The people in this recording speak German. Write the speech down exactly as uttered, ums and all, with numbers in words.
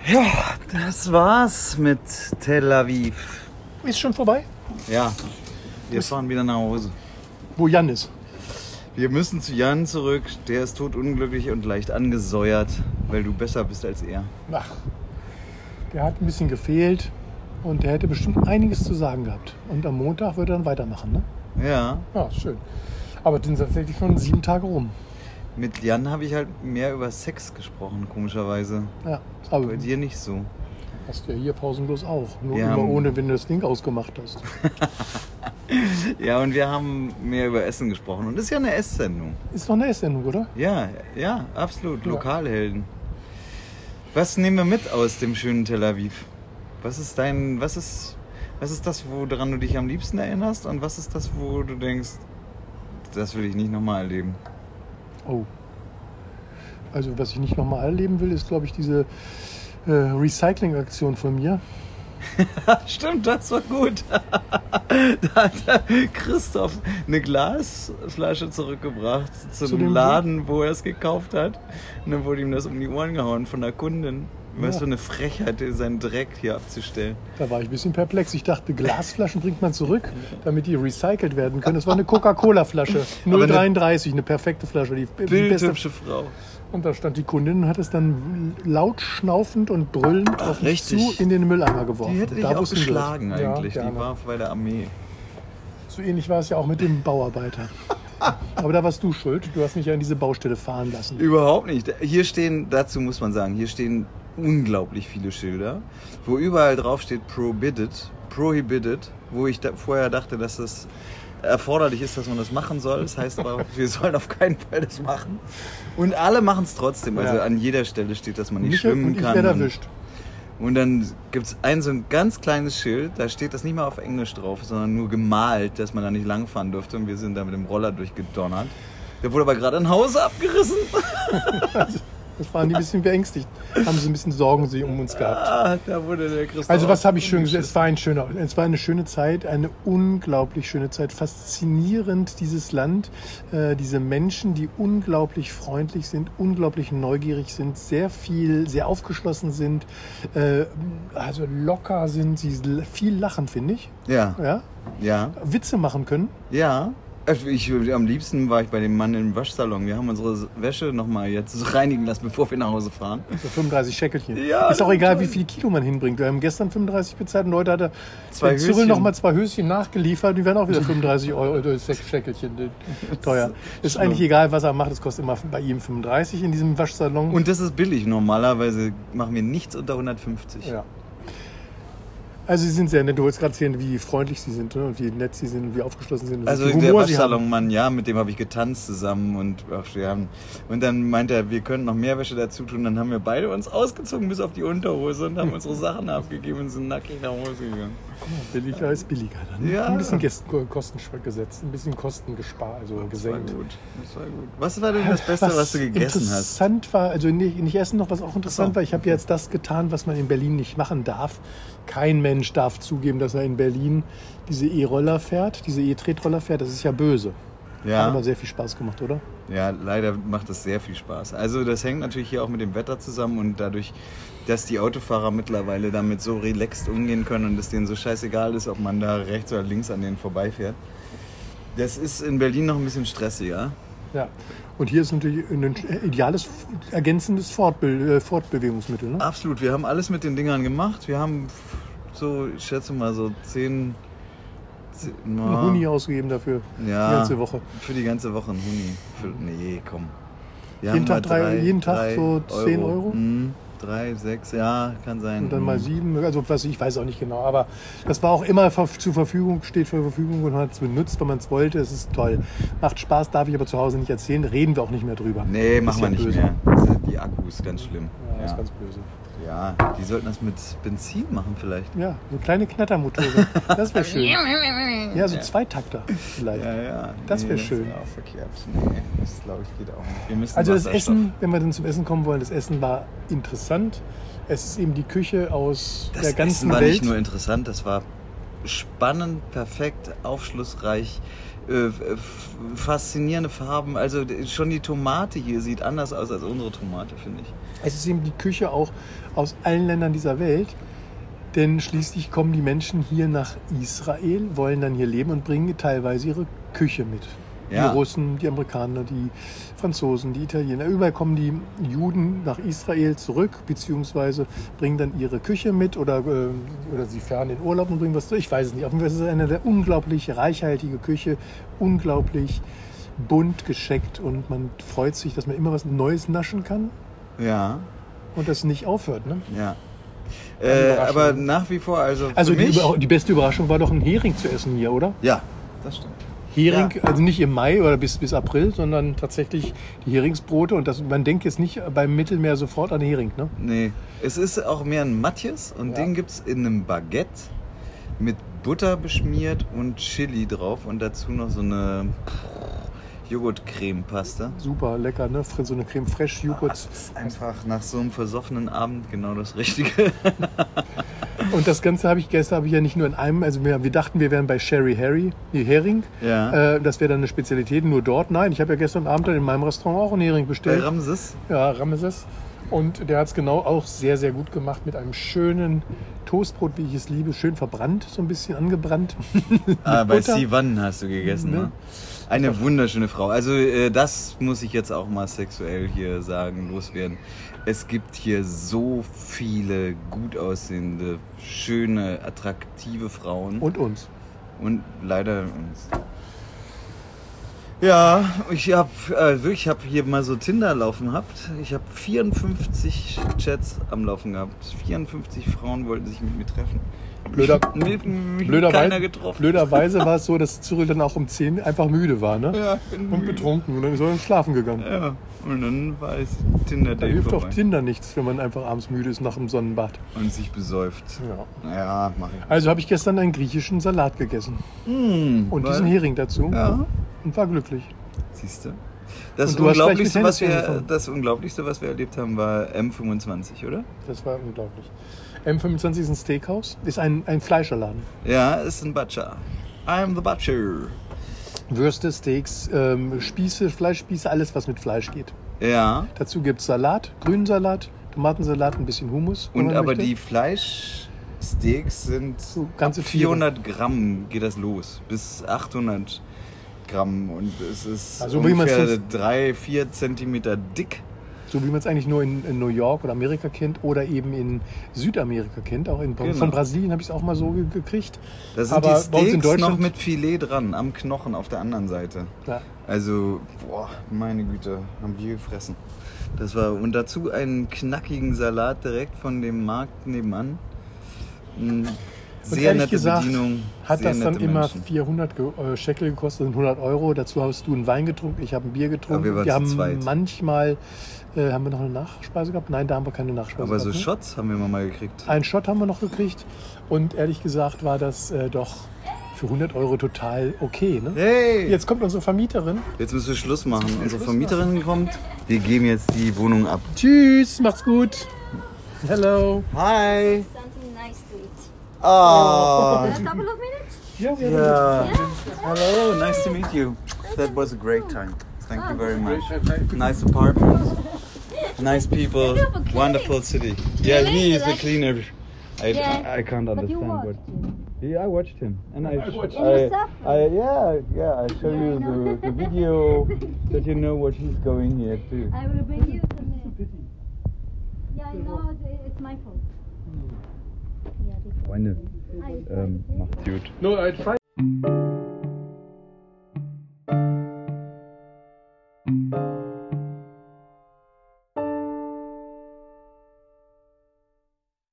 Ja, das war's mit Tel Aviv. Ist schon vorbei? Ja, wir fahren wieder nach Hause. Wo Jan ist. Wir müssen zu Jan zurück. Der ist totunglücklich und leicht angesäuert, weil du besser bist als er. Ach, der hat ein bisschen gefehlt und der hätte bestimmt einiges zu sagen gehabt. Und am Montag wird er dann weitermachen, ne? Ja. Ja, schön. Aber dann sind tatsächlich schon sieben Tage rum. Mit Jan habe ich halt mehr über Sex gesprochen, komischerweise. Ja, aber bei dir nicht so. Hast du ja hier pausenlos auch. Nur Ja. immer ohne, wenn du das Ding ausgemacht hast. Ja, und wir haben mehr über Essen gesprochen. Und das ist ja eine Esssendung. Ist doch eine Esssendung, oder? Ja, ja, absolut. Ja. Lokalhelden. Was nehmen wir mit aus dem schönen Tel Aviv? Was ist dein, was ist, was ist das, woran du dich am liebsten erinnerst? Und was ist das, wo du denkst, das will ich nicht nochmal erleben? Oh. Also was ich nicht nochmal erleben will, ist, glaube ich, diese äh, Recycling-Aktion von mir. Stimmt, das war gut. Da hat Christoph eine Glasflasche zurückgebracht zum Zu dem Laden, wo er es gekauft hat. Und dann wurde ihm das um die Ohren gehauen von der Kundin. Was für eine Frechheit, seinen Dreck hier abzustellen. Da war ich ein bisschen perplex. Ich dachte, Glasflaschen bringt man zurück, damit die recycelt werden können. Das war eine Coca-Cola-Flasche. null Komma dreiunddreißig, eine perfekte Flasche. Die bildhübsche Frau. Und da stand die Kundin und hat es dann laut schnaufend und brüllend auf mich zu richtig. in den Mülleimer geworfen. Die hätte dich Da auch wussten wir es. geschlagen eigentlich. Ja, die gerne. war bei der Armee. So ähnlich war es ja auch mit dem Bauarbeiter. Aber da warst du schuld. Du hast mich ja in diese Baustelle fahren lassen. Überhaupt nicht. Hier stehen, dazu muss man sagen, hier stehen unglaublich viele Schilder, wo überall drauf steht Prohibited, Prohibited, wo ich da vorher dachte, dass das erforderlich ist, dass man das machen soll. Das heißt aber, wir sollen auf keinen Fall das machen. Und alle machen es trotzdem. Also Ja. an jeder Stelle steht, dass man nicht Mich schwimmen und ich kann. werde Und, erwischt. und dann gibt es ein so ein ganz kleines Schild, da steht das nicht mal auf Englisch drauf, sondern nur gemalt, dass man da nicht langfahren durfte. Und wir sind da mit dem Roller durchgedonnert. Der wurde aber gerade ein Haus abgerissen. Das waren die ein bisschen beängstigt. Haben sie ein bisschen Sorgen sie um uns gehabt. Ah, da wurde der Christoph. Also was habe ich schön gesehen? Es war ein schöner, es war eine schöne Zeit, eine unglaublich schöne Zeit. Faszinierend dieses Land, äh, diese Menschen, die unglaublich freundlich sind, unglaublich neugierig sind, sehr viel, sehr aufgeschlossen sind, äh, also locker sind, sie viel lachen, finde ich. Ja, Ja? ja, Witze machen können. ja. Ich, am liebsten war ich bei dem Mann im Waschsalon. Wir haben unsere Wäsche nochmal jetzt reinigen lassen, bevor wir nach Hause fahren. So fünfunddreißig Schäckelchen. Ja, ist auch das egal, ist wie viel Kilo man hinbringt. Wir haben gestern fünfunddreißig bezahlt und heute hat er Zwei der Cyril Höschen. noch mal zwei Höschen nachgeliefert. Die werden auch wieder fünfunddreißig Euro, äh, sechs Schäckelchen teuer. Ist schlimm. eigentlich egal, was er macht. Es kostet immer bei ihm fünfunddreißig in diesem Waschsalon. Und das ist billig. Normalerweise machen wir nichts unter hundertfünfzig. Ja. Also sie sind sehr nett. Du wolltest gerade sehen, wie freundlich sie sind, ne? Und wie nett sie sind und wie aufgeschlossen sie sind. Und Also wie viel der Humor sie haben. Waschsalonmann, ja, mit dem habe ich getanzt zusammen und ach, wir haben, und dann meinte er, wir können noch mehr Wäsche dazu tun. Dann haben wir beide uns ausgezogen bis auf die Unterhose und haben unsere Sachen abgegeben und sind nackig nach Hause gegangen. Billiger ist billiger dann. Ja. Ein bisschen Gäst- Kosten gesetzt, ein bisschen Kosten gespart, also Das war gesenkt. gut. Das war gut. Was war denn das Beste, was, du gegessen hast? Interessant war, also nicht, nicht essen noch, was auch interessant Ach so. war, ich habe jetzt das getan, was man in Berlin nicht machen darf. Kein Mensch darf zugeben, dass er in Berlin diese E-Roller fährt, diese E-Tretroller fährt. Das ist ja böse. Hat Ja. aber sehr viel Spaß gemacht, oder? Ja, leider macht das sehr viel Spaß. Also das hängt natürlich hier auch mit dem Wetter zusammen und dadurch, dass die Autofahrer mittlerweile damit so relaxed umgehen können und es denen so scheißegal ist, ob man da rechts oder links an denen vorbeifährt. Das ist in Berlin noch ein bisschen stressiger. Ja. Und hier ist natürlich ein ideales, ergänzendes Fortbe äh, Fortbewegungsmittel. Ne? Absolut, wir haben alles mit den Dingern gemacht. Wir haben so, ich schätze mal so zehn... zehn Ein Huni ausgegeben dafür, ja, die ganze Woche. Für die ganze Woche ein Huni. Für, nee, komm. Wir Jeden haben Tag mal drei- jeden Tag so zehn Euro? Mhm. Drei, sechs, ja, kann sein. Und dann mal Mhm. sieben, also was ich weiß auch nicht genau, aber das war auch immer ver- zur Verfügung, steht zur Verfügung und hat es benutzt, wenn man es wollte. Es ist toll. Macht Spaß, darf ich aber zu Hause nicht erzählen, reden wir auch nicht mehr drüber. Nee, Ist machen wir ja nicht böse. mehr. Das sind die Akkus, ganz schlimm. Ja, das Ja, ist ganz böse. ja, die sollten das mit Benzin machen vielleicht. Ja, so kleine Knattermotoren, das wäre schön. Ja, so Zweitakter vielleicht. Ja, ja. Das wär nee, schön. Das ist auch verkehrt. Nee, das glaube ich geht auch nicht. Wir müssen Also das Wasserstoff. Essen, wenn wir dann zum Essen kommen wollen, das Essen war interessant. Es ist eben die Küche aus Das der ganzen Essen war Welt. nicht nur interessant, das war spannend, perfekt, aufschlussreich, äh, f- faszinierende Farben. Also schon die Tomate hier sieht anders aus als unsere Tomate, finde ich. Es ist eben die Küche auch aus allen Ländern dieser Welt. Denn schließlich kommen die Menschen hier nach Israel, wollen dann hier leben und bringen teilweise ihre Küche mit. Ja. Die Russen, die Amerikaner, die Franzosen, die Italiener. Überall kommen die Juden nach Israel zurück, beziehungsweise bringen dann ihre Küche mit oder, äh, oder sie fahren in Urlaub und bringen was durch. Ich weiß es nicht. Auf jeden Fall ist es eine der unglaublich reichhaltige Küche, unglaublich bunt gescheckt und man freut sich, dass man immer was Neues naschen kann Ja, und das nicht aufhört. Ne? ja. Äh, aber nach wie vor, also für Also die, mich... Über- die beste Überraschung war doch ein Hering zu essen hier, oder? Ja, das stimmt. Hering, Ja. also nicht im Mai oder bis, bis April, sondern tatsächlich die Heringsbrote. Und das, man denkt jetzt nicht beim Mittelmeer sofort an Hering, ne? Nee, es ist auch mehr ein Matjes und Ja. den gibt es in einem Baguette mit Butter beschmiert und Chili drauf und dazu noch so eine Joghurtcreme-Paste. Super lecker, ne? So eine Creme Fraiche, Joghurt. Das ist einfach nach so einem versoffenen Abend genau das Richtige. Und das Ganze habe ich gestern habe ich ja nicht nur in einem, also wir, wir dachten, wir wären bei Sherry Harry, nee, Hering. Ja. Äh, das wäre dann eine Spezialität nur dort. Nein, ich habe ja gestern Abend dann in meinem Restaurant auch einen Hering Bei bestellt. Ramses? Ja, Ramesses. Und der hat es genau auch sehr, sehr gut gemacht mit einem schönen Toastbrot, wie ich es liebe. Schön verbrannt, so ein bisschen angebrannt. Ah, bei Butter. Sivan hast du gegessen, Ne? ne? Eine wunderschöne Frau. Also äh, das muss ich jetzt auch mal sexuell hier sagen, loswerden. Es gibt hier so viele gut aussehende, schöne, attraktive Frauen. Und uns. Und leider uns. Ja, ich habe äh, wirklich, ich habe hier mal so Tinder laufen gehabt. Ich habe vierundfünfzig Chats am Laufen gehabt. vierundfünfzig Frauen wollten sich mit mir treffen. Blöder, Mit, mit blöderweise, keiner getroffen. blöderweise war es so, dass Cyril dann auch um zehn einfach müde war, ne? Ja, ich bin Und müde. betrunken. Und dann ist er schlafen gegangen. Ja, und dann war es Da Tinder-Date hilft auch vorbei. Tinder nichts, wenn man einfach abends müde ist nach dem Sonnenbad. Und sich besäuft. Ja. Ja, mach ich. Also habe ich gestern einen griechischen Salat gegessen. Mm, Und weil- diesen Hering dazu. Ja, Und war glücklich. siehst du. Das Und du hast gleich Unglaublichste, mit was Hennes wir, angefangen. das Unglaublichste, was wir erlebt haben, war M fünfundzwanzig, oder? Das war unglaublich. M fünfundzwanzig ist ein Steakhouse. Ist ein, ein Fleischerladen. Ja, ist ein Butcher. I'm the Butcher. Würste, Steaks, ähm, Spieße, Fleischspieße, alles was mit Fleisch geht. Ja, Dazu gibt es Salat, Grünsalat, Tomatensalat, ein bisschen Hummus. wenn und man aber möchte. die Fleischsteaks sind So ganze ab Tiere. vierhundert Gramm geht das los, bis achthundert Gramm und es ist Also, wie man's ungefähr sonst- drei, vier Zentimeter dick. So wie man es eigentlich nur in, in New York oder Amerika kennt oder eben in Südamerika kennt. Auch in, Genau. Von Brasilien habe ich es auch mal so ge gekriegt. Da sind Aber die bei uns in Steaks Deutschland- noch mit Filet dran, am Knochen auf der anderen Seite. Ja. Also, boah, meine Güte, haben wir gefressen. Das war, und dazu einen knackigen Salat direkt von dem Markt nebenan. Mm, Und Sehr ehrlich nette gesagt Bedienung. hat sehr das dann nette immer Menschen. vierhundert Ge- äh, Shekel gekostet, sind hundert Euro. Dazu hast du einen Wein getrunken, ich habe ein Bier getrunken. Aber wir waren wir zu haben zweit. manchmal, äh, haben wir noch eine Nachspeise gehabt? Nein, da haben wir keine Nachspeise Aber so gehabt. ne? Shots haben wir immer mal gekriegt. Einen Shot haben wir noch gekriegt und ehrlich gesagt war das äh, doch für hundert Euro total okay. Ne? Hey! Jetzt kommt unsere Vermieterin. Jetzt müssen wir Schluss machen. Unsere Vermieterin kommt. Wir geben jetzt die Wohnung ab. Tschüss, macht's gut. Hello. Hi! Something nice to eat. Oh! In a couple of minutes? Ja, ja. Yeah. Hello, nice to meet you. That was a great time. Thank you very much. Nice apartment, nice people, Thank you for cleaning. wonderful city. Yeah, he is the Like- cleaner. I, Yeah. I can't But you understand what. watched him. Yeah, I watched him, and I, watched him. I, And the I, yeah, yeah, I show Yeah, you I know. the, the video that you know what he's going here too. I will bring you some. Uh, yeah, I know it- it's my fault. Yeah, because Freunde, I ähm, macht's gut. No, I tried.